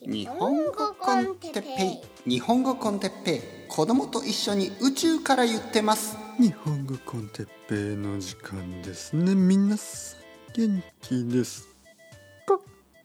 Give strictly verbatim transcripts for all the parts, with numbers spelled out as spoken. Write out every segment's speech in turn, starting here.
日本語コンテッペイ日本語コンテッペイ子供と一緒に宇宙から言ってます。 日本語コンテッペイの時間ですね。皆さん元気ですか？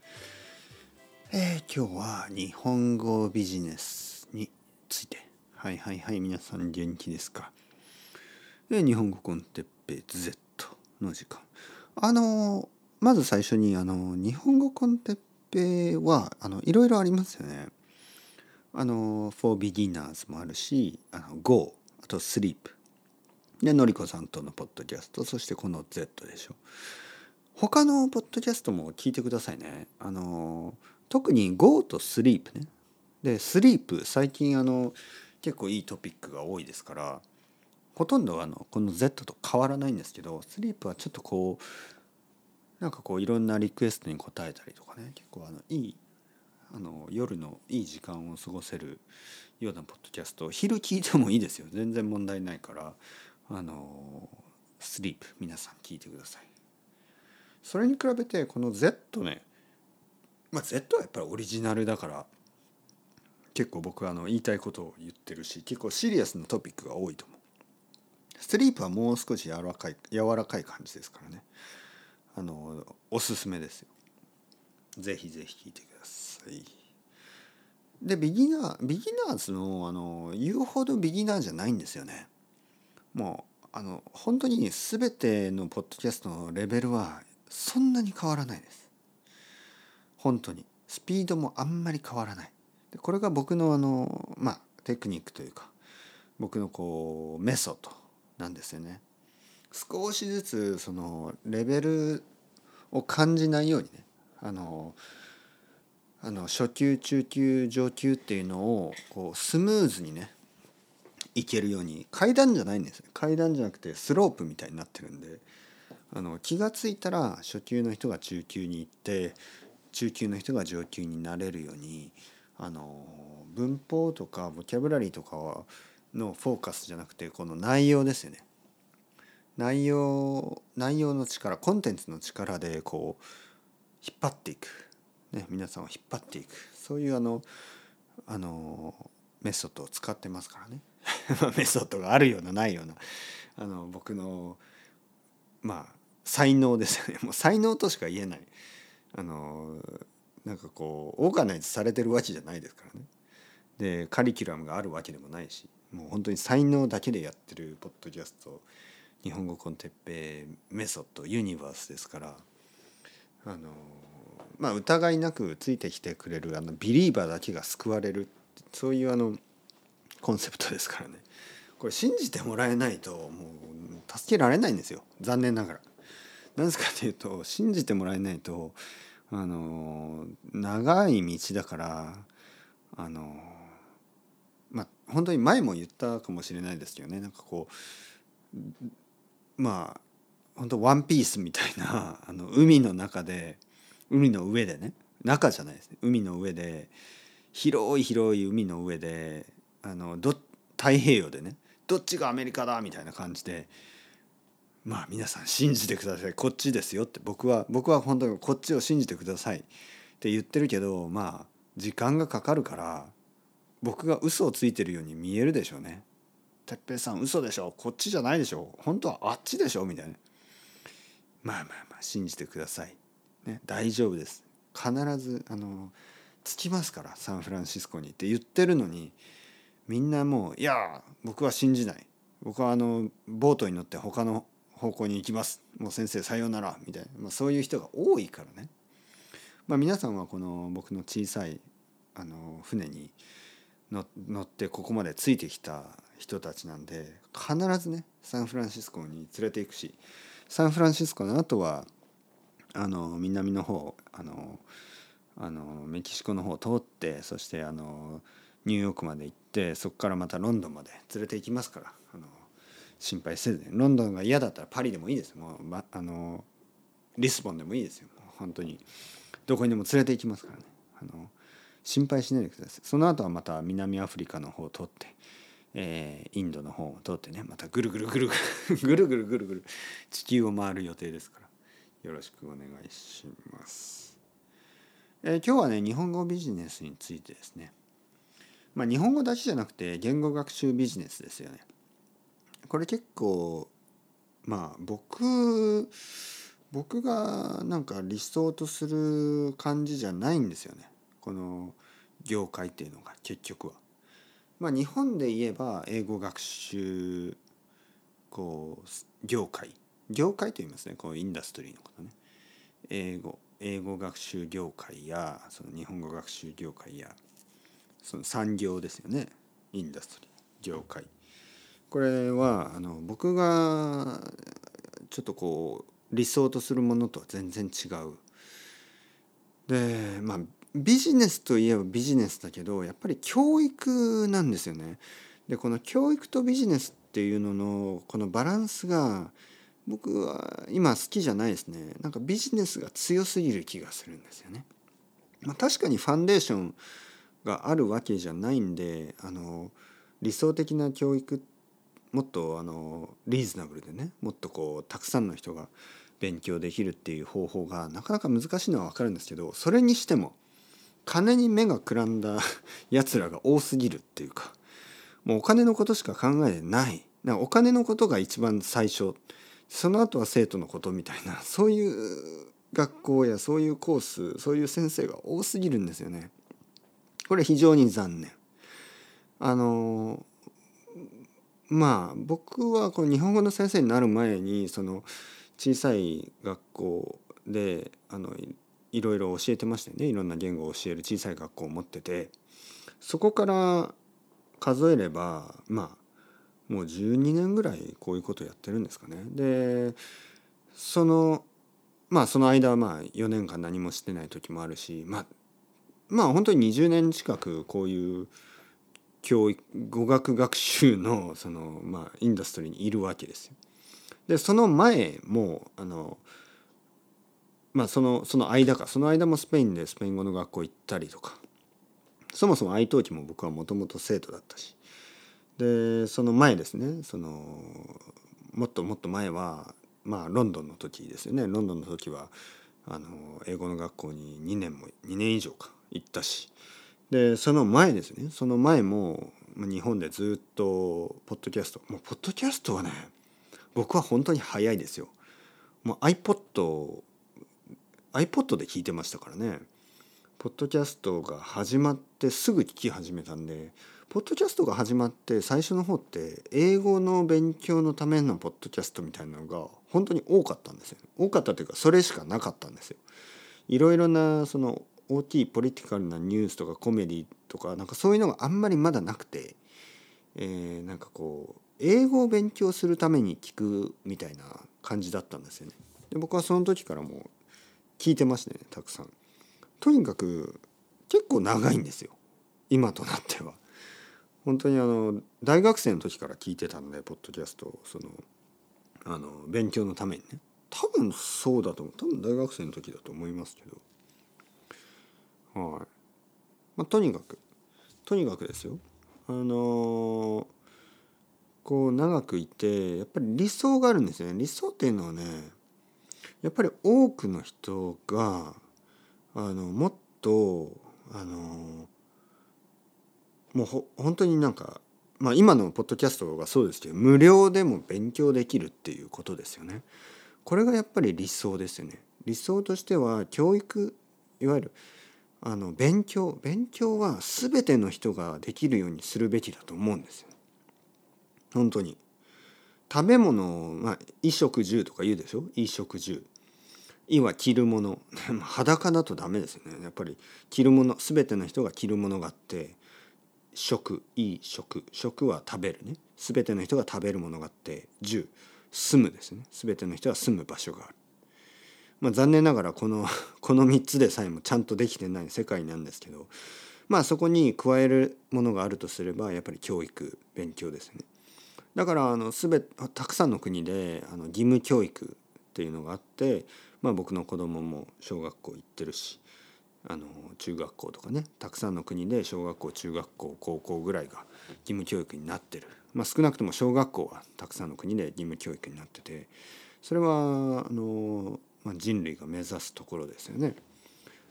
えー、今日は日本語ビジネスについてはいはいはい皆さん元気ですか？えー、日本語コンテッペイ Z の時間。あのー、まず最初にあの日本語コンテッペイはあのいろいろありますよね。あの for beginners もあるし、あの Go、あと Sleep でのりこさんとのポッドキャスト、そしてこの Z でしょ。他のポッドキャストも聞いてくださいね。あの特に Go と Sleep ね。で Sleep 最近あの結構いいトピックが多いですから、ほとんどあのこの Z と変わらないんですけど、Sleep はちょっとこうなんかこういろんなリクエストに応えたりとかね、結構あのいいあの夜のいい時間を過ごせるようなポッドキャスト、昼聞いてもいいですよ、全然問題ないから、あのスリープ皆さん聞いてください。それに比べてこの Z ね、まあ、Z はやっぱりオリジナルだから結構僕はあの言いたいことを言ってるし、結構シリアスなトピックが多いと思う。スリープはもう少し柔らかい柔らかい感じですからね、あのおすすめですよ。ぜひぜひ聞いてください。でビギナービギナーズのあの言うほどビギナーじゃないんですよね。もうあの本当に全てのポッドキャストのレベルはそんなに変わらないです。本当にスピードもあんまり変わらない。でこれが僕のあのまあテクニックというか僕のこうメソッドなんですよね。少しずつそのレベルを感じないようにね、あのあの初級中級上級っていうのをこうスムーズにねいけるように、階段じゃないんですよ。階段じゃなくてスロープみたいになってるんで、あの気がついたら初級の人が中級に行って中級の人が上級になれるように、あの文法とかボキャブラリーとかのフォーカスじゃなくてこの内容ですよね。内容内容の力、コンテンツの力でこう引っ張っていく、ね、皆さんを引っ張っていく、そういうあのあのメソッドを使ってますからねメソッドがあるようなないようなあの僕のまあ才能ですよね。もう才能としか言えない、あのなんかこうオーガナイズされてるわけじゃないですからね。でカリキュラムがあるわけでもないし、もう本当に才能だけでやってるポッドキャスト、日本語コンテッペイメソッドユニバースですから、あのまあ疑いなくついてきてくれるあのビリーバーだけが救われる、そういうあのコンセプトですからね。これ信じてもらえないともう助けられないんですよ、残念ながら。なぜかというと信じてもらえないとあの長い道だから、あのまあ本当に前も言ったかもしれないですけどね、なんかこうまあ本当ワンピースみたいなあの海の中で海の上でね、中じゃないですね、海の上で広い広い海の上であのど太平洋でね、どっちがアメリカだみたいな感じで、まあ皆さん信じてください、こっちですよって、僕は僕は本当にこっちを信じてくださいって言ってるけど、まあ時間がかかるから僕が嘘をついてるように見えるでしょうね。哲平さん嘘でしょ、こっちじゃないでしょ、本当はあっちでしょみたいな。まあまあまあ信じてください、ね、大丈夫です、必ずあの着きますからサンフランシスコにって言ってるのに、みんなもういや僕は信じない、僕はあのボートに乗って他の方向に行きます、もう先生さようならみたいな、まあ、そういう人が多いからね。まあ、皆さんはこの僕の小さいあの船に乗ってここまでついてきた人たちなんで、必ずねサンフランシスコに連れていくし、サンフランシスコの後はあの南の方、あのあのメキシコの方を通って、そしてあのニューヨークまで行って、そこからまたロンドンまで連れて行きますから、あの心配せずね。ロンドンが嫌だったらパリでもいいです。もう、ま、あのリスボンでもいいですよ。もう本当にどこにでも連れて行きますからね。あの心配しないでください。その後はまた南アフリカの方を通って、えー、インドの方を通ってね、またぐるぐるぐるぐるぐるぐるぐる地球を回る予定ですから、よろしくお願いします。 えー、今日はね日本語ビジネスについてですね。まあ日本語だけじゃなくて言語学習ビジネスですよね。これ結構まあ僕僕がなんか理想とする感じじゃないんですよね。この業界っていうのが結局は。まあ日本で言えば英語学習こう業界業界と言いますね。こうインダストリーのことね。英語英語学習業界やその日本語学習業界やその産業ですよね。インダストリー業界。これはあの僕がちょっとこう理想とするものとは全然違う。でまあビジネスといえばビジネスだけどやっぱり教育なんですよね。でこの教育とビジネスっていうののこのバランスが僕は今好きじゃないですね。なんかビジネスが強すぎる気がするんですよね。まあ、確かにファンデーションがあるわけじゃないんであの理想的な教育もっとあのリーズナブルでねもっとこうたくさんの人が勉強できるっていう方法がなかなか難しいのは分かるんですけど、それにしても金に目がくらんだやつらが多すぎるっていうか、もうお金のことしか考えてない。なんかお金のことが一番最初、その後は生徒のことみたいな、そういう学校やそういうコース、そういう先生が多すぎるんですよね。これ非常に残念。あのまあ僕はこの日本語の先生になる前にその小さい学校であのいろいろ教えてましたよね。いろんな言語を教える小さい学校を持ってて、そこから数えればまあもうじゅうにねんぐらいこういうことやってるんですかね。でそのまあその間はまあよねんかん何もしてない時もあるし、まあまあ本当ににじゅうねん近くこういう教育語学学習のそのまあインダストリーにいるわけですよ。でその前もあのまあそのその間かその間もスペインでスペイン語の学校行ったりとか、そもそも愛登記も僕はもともと生徒だったし、でその前ですね、そのもっともっと前はまあロンドンの時ですよね。ロンドンの時はあの英語の学校ににねんもにねん以上か行ったし、でその前ですねその前も日本でずっとポッドキャスト、もうポッドキャストはね僕は本当に早いですよ。もう iPod iPod で聞いてましたからね。ポッドキャストが始まってすぐ聞き始めたんで、ポッドキャストが始まって最初の方って英語の勉強のためのポッドキャストみたいなのが本当に多かったんですよ。多かったというかそれしかなかったんですよ。いろいろなその大きいポリティカルなニュースとかコメディとかなんかそういうのがあんまりまだなくて、えー、なんかこう英語を勉強するために聞くみたいな感じだったんですよね。で僕はその時からもう聞いてましたね、たくさん。とにかく結構長いんですよ今となっては。本当にあの大学生の時から聞いてたのでポッドキャストをそのあの勉強のためにね。多分そうだと思う。多分大学生の時だと思いますけど、はい。まあ、とにかくとにかくですよ。あのーこう長くいてやっぱり理想があるんですよね。理想っていうのはね、やっぱり多くの人があのもっとあのもうほ本当になんか、まあ、今のポッドキャストがそうですけど無料でも勉強できるっていうことですよね。これがやっぱり理想ですよね。理想としては教育、いわゆるあの勉強勉強は全ての人ができるようにするべきだと思うんですよ。本当に食べ物、まあ、衣食住とか言うでしょ。衣食住、衣は着るもの裸だとダメですよね。やっぱり着るもの、全ての人が着るものがあって、食、いい食、食は食べるね。全ての人が食べるものがあって、住、住むですね。全ての人は住む場所がある。まあ残念ながらこのこのみっつでさえもちゃんとできてない世界なんですけど、まあそこに加えるものがあるとすればやっぱり教育、勉強ですね。だからあのすべたくさんの国であの義務教育っていうのがあって、まあ僕の子供も小学校行ってるし、あの中学校とかね、たくさんの国で小学校中学校高校ぐらいが義務教育になってる。まあ少なくとも小学校はたくさんの国で義務教育になってて、それはあの、まあ、人類が目指すところですよね。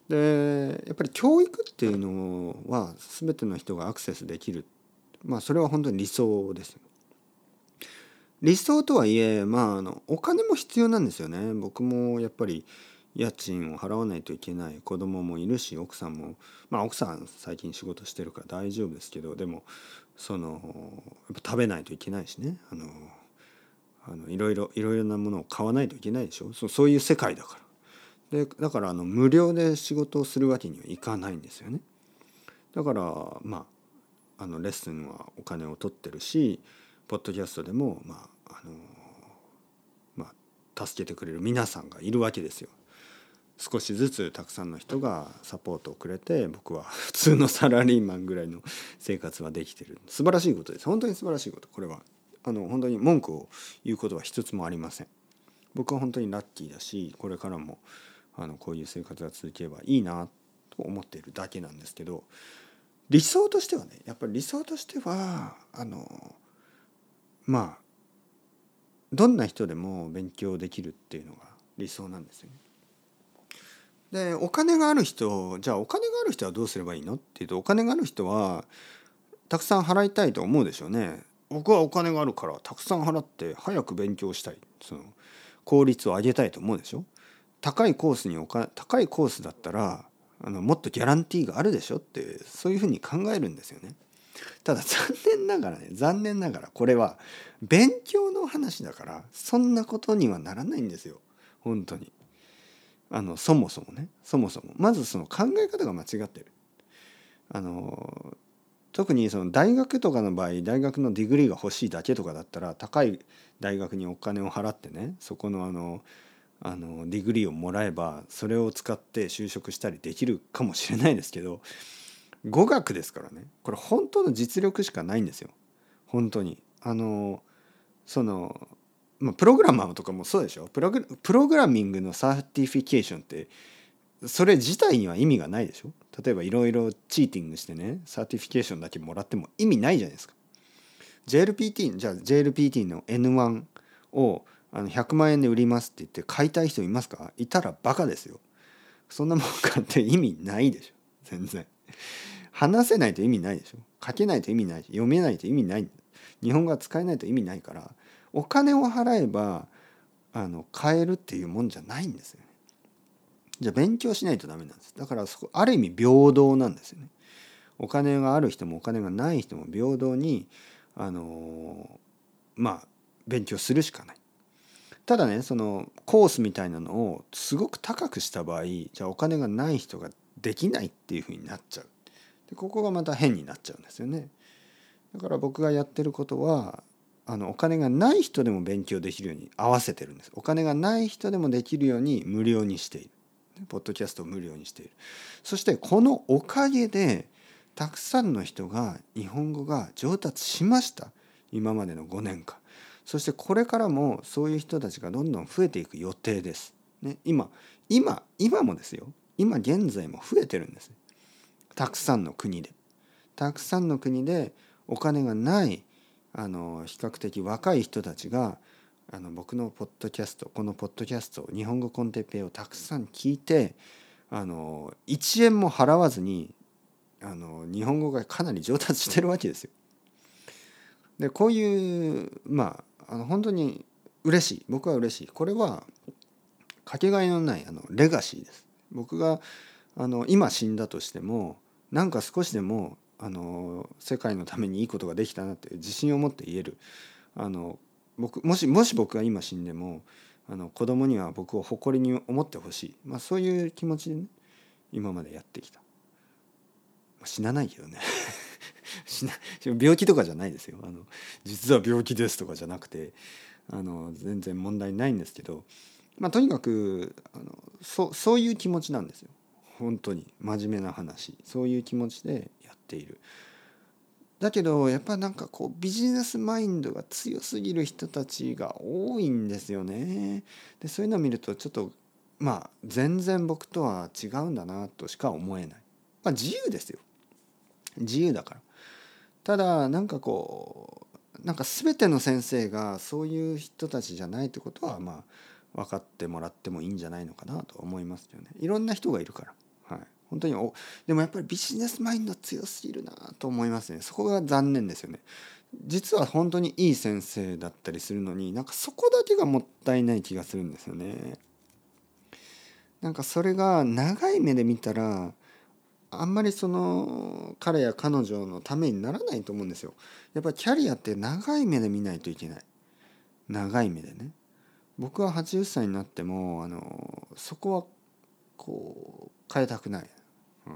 でやっぱり教育っていうのは全ての人がアクセスできる、まあそれは本当に理想ですよ。理想とはいえ、まあ、あのお金も必要なんですよね。僕もやっぱり家賃を払わないといけない、子供もいるし、奥さんも、まあ奥さん最近仕事してるから大丈夫ですけど、でもそのやっぱ食べないといけないしね、あのあのいろいろいろいろなものを買わないといけないでしょ。そう、そういう世界だから。でだからあの無料で仕事をするわけにはいかないんですよね。だからまああのレッスンはお金を取ってるし、ポッドキャストでもまああのまあ助けてくれる皆さんがいるわけですよ。少しずつたくさんの人がサポートをくれて、僕は普通のサラリーマンぐらいの生活はできてる。素晴らしいことです。本当に素晴らしいこと。これはあの本当に文句を言うことは一つもありません。僕は本当にラッキーだし、これからもあのこういう生活が続けばいいなと思っているだけなんですけど、理想としてはね、やっぱり理想としてはあのまあどんな人でも勉強できるっていうのが理想なんですよね。でお金がある人、じゃあお金がある人はどうすればいいのっていうと、お金がある人はたくさん払いたいと思うでしょうね。僕はお金があるからたくさん払って早く勉強したい、その効率を上げたいと思うでしょ。高いコースにお金高いコースだったらあのもっとギャランティーがあるでしょって、そういうふうに考えるんですよね。ただ残念ながらね残念ながらこれは勉強の話だから、そんなことにはならないんですよ。本当にあのそもそもねそもそもまずその考え方が間違ってる。あの特にその大学とかの場合、大学のディグリーが欲しいだけとかだったら、高い大学にお金を払ってね、そこのあのあのディグリーをもらえばそれを使って就職したりできるかもしれないですけど、語学ですからね、これ本当の実力しかないんですよ。本当にあのその、まあ、プログラマーとかもそうでしょ。プログプログラミングのサーティフィケーションってそれ自体には意味がないでしょ。例えばいろいろチーティングしてね、サーティフィケーションだけもらっても意味ないじゃないですか。 ジェイエルピーティー じゃあ ジェイエルピーティー の エヌワン をあのひゃくまん円で売りますって言って買いたい人いますか？いたらバカですよ。そんなもん買って意味ないでしょ。全然話せないと意味ないでしょ。書けないと意味ないし、読めないと意味ない、日本語が使えないと意味ないから、お金を払えばあの買えるっていうもんじゃないんですよね。じゃあ勉強しないとダメなんです。だからそこある意味平等なんですよね。お金がある人もお金がない人も平等にあのまあ勉強するしかない。ただね、そのコースみたいなのをすごく高くした場合、じゃあお金がない人ができないっていうふうになっちゃう。でここがまた変になっちゃうんですよね。だから僕がやってることは、あのお金がない人でも勉強できるように合わせてるんです。お金がない人でもできるように無料にしている。ポッドキャストを無料にしている。そしてこのおかげでたくさんの人が日本語が上達しました。今までのごねんかん。そしてこれからもそういう人たちがどんどん増えていく予定です。ね、今今今もですよ。今現在も増えてるんです。たくさんの国で。たくさんの国でお金がないあの比較的若い人たちがあの僕のポッドキャスト、このポッドキャスト日本語コンテッペイをたくさん聞いて、あのいちえんも払わずにあの日本語がかなり上達してるわけですよ。でこういうまああの本当に嬉しい。僕は嬉しい。これはかけがえのないあのレガシーです。僕があの今死んだとしても、なんか少しでもあの世界のためにいいことができたなって自信を持って言える。あの僕もしもし僕が今死んでも、あの子供には僕を誇りに思ってほしい、まあ、そういう気持ちでね今までやってきた。死なないけどね死な病気とかじゃないですよ。あの実は病気ですとかじゃなくて、あの全然問題ないんですけど、まあ、とにかくあのそそういう気持ちなんですよ。本当に真面目な話、そういう気持ちでやっている。だけどやっぱなんかこうビジネスマインドが強すぎる人たちが多いんですよね。でそういうのを見るとちょっとまあ全然僕とは違うんだなとしか思えない。まあ自由ですよ。自由だから。ただなんかこうなんか全ての先生がそういう人たちじゃないってことはまあ分かってもらってもいいんじゃないのかなと思いますよね。いろんな人がいるから。はい。 当におでもやっぱりビジネスマインド強すぎるなと思いますね。そこが残念ですよね。実は本当にいい先生だったりするのに、なんかそこだけがもったいない気がするんですよね。なんかそれが長い目で見たらあんまりその彼や彼女のためにならないと思うんですよ。やっぱりキャリアって長い目で見ないといけない。長い目でね。僕ははちじゅっさいになってもあのそこはこう変えたくない、うん、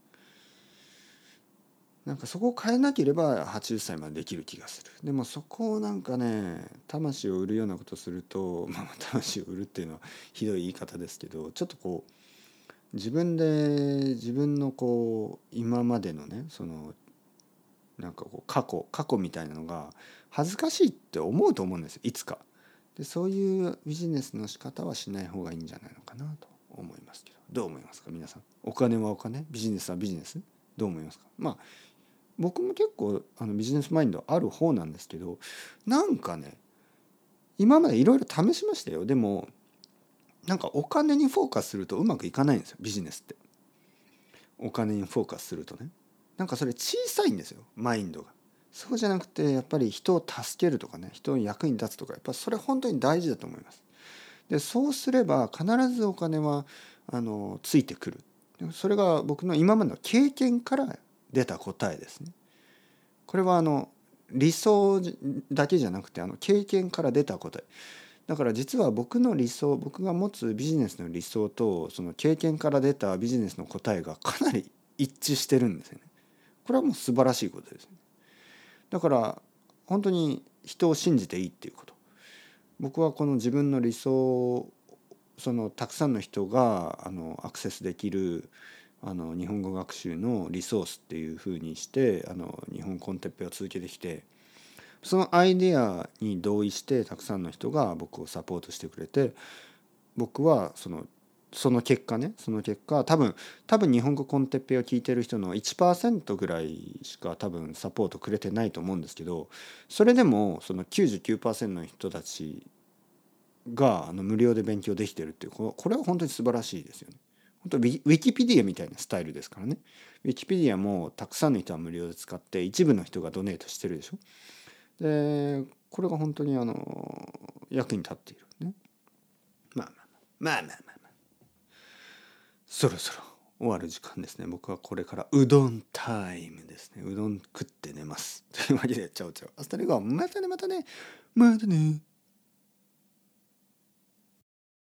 なんかそこを変えなければはちじゅっさいまでできる気がする。でもそこをなんかね魂を売るようなことすると、まあ、魂を売るっていうのはひどい言い方ですけど、ちょっとこう自分で自分のこう今までのねそのなんかこう過去過去みたいなのが恥ずかしいって思うと思うんですよ、いつか。でそういうビジネスの仕方はしない方がいいんじゃないのかなと思いますけど、どう思いますか皆さん。お金はお金、ビジネスはビジネス、どう思いますか。まあ僕も結構あのビジネスマインドある方なんですけど、なんかね今までいろいろ試しましたよ。でもなんかお金にフォーカスするとうまくいかないんですよ、ビジネスって。お金にフォーカスするとね、なんかそれ小さいんですよ、マインドが。そうじゃなくてやっぱり人を助けるとかね、人の役に立つとか、やっぱそれ本当に大事だと思います。でそうすれば必ずお金はあのついてくる。それが僕の今までの経験から出た答えですね。これはあの理想だけじゃなくてあの経験から出た答えだから、実は僕の理想、僕が持つビジネスの理想とその経験から出たビジネスの答えがかなり一致してるんですよね。これはもう素晴らしいことですね。だから本当に人を信じていいっていうこと。僕はこの自分の理想、そのたくさんの人があのアクセスできるあの日本語学習のリソースっていうふうにしてあの日本コンテッペを続けてきて、そのアイデアに同意してたくさんの人が僕をサポートしてくれて、僕はそのその結果ねその結果多分多分日本語コンテッペを聞いてる人の いちパーセント ぐらいしか多分サポートくれてないと思うんですけど、それでもその きゅうじゅうきゅうパーセント の人たちがあの無料で勉強できてるっていう、これは本当に素晴らしいですよね。本当ウィキペディアみたいなスタイルですからね。ウィキペディアもたくさんの人は無料で使って一部の人がドネートしてるでしょ。でこれが本当にあの役に立っているね。まあまあまあまあまあまあ、まあ、そろそろ終わる時間ですね。僕はこれからうどんタイムですね。うどん食って寝ます。というわけでチャオチャオ。アスタレゴまたねまたねまたね。